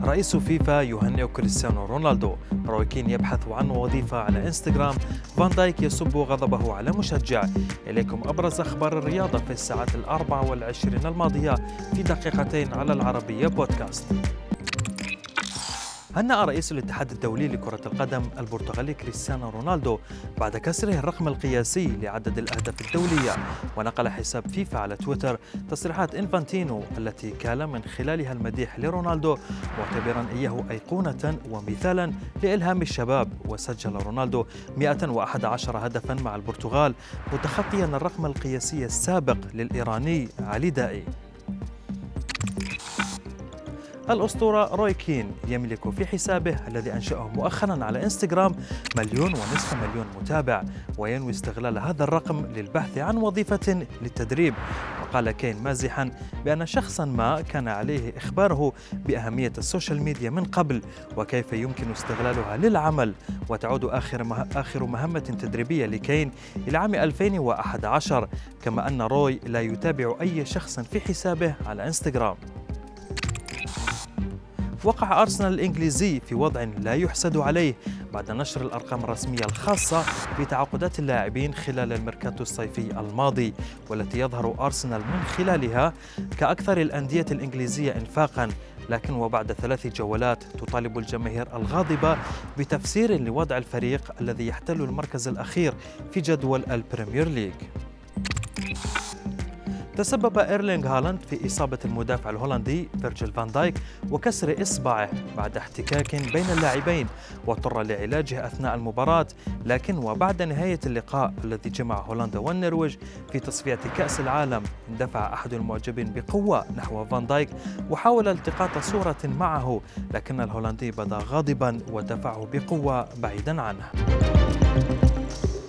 رئيس فيفا يهنئ كريستيانو رونالدو. روي كين يبحث عن وظيفة على انستغرام. فان دايك يسب غضبه على مشجع. إليكم أبرز أخبار الرياضة في الساعات 24 الماضية في دقيقتين على العربية بودكاست. هنأ رئيس الاتحاد الدولي لكرة القدم البرتغالي كريستيانو رونالدو بعد كسره الرقم القياسي لعدد الأهداف الدولية. ونقل حساب فيفا على تويتر تصريحات إنفانتينو التي كان من خلالها المديح لرونالدو، معتبرا إياه أيقونة ومثالا لإلهام الشباب. وسجل رونالدو 111 هدفا مع البرتغال، متخطيا الرقم القياسي السابق للإيراني علي دائي. الأسطورة روي كين يملك في حسابه الذي أنشأه مؤخرا على انستغرام 1.5 مليون متابع، وينوي استغلال هذا الرقم للبحث عن وظيفة للتدريب. وقال كين مازحا بأن شخصا ما كان عليه إخباره بأهمية السوشيال ميديا من قبل وكيف يمكن استغلالها للعمل. وتعود آخر مهمة تدريبية لكين إلى عام 2011، كما أن روي لا يتابع أي شخص في حسابه على انستغرام. وقع أرسنال الإنجليزي في وضع لا يحسد عليه بعد نشر الأرقام الرسمية الخاصة بتعاقدات اللاعبين خلال الميركاتو الصيفي الماضي، والتي يظهر أرسنال من خلالها كأكثر الأندية الإنجليزية إنفاقاً. لكن وبعد 3 جولات تطالب الجماهير الغاضبة بتفسير لوضع الفريق الذي يحتل المركز الأخير في جدول البريمير ليج. تسبب إيرلينغ هالاند في إصابة المدافع الهولندي فيرجيل فان دايك وكسر إصبعه بعد احتكاك بين اللاعبين، واضطر لعلاجه أثناء المباراة. لكن وبعد نهاية اللقاء الذي جمع هولندا والنرويج في تصفية كأس العالم، اندفع أحد المعجبين بقوة نحو فان دايك وحاول التقاط صورة معه، لكن الهولندي بدا غاضبا ودفعه بقوة بعيدا عنه.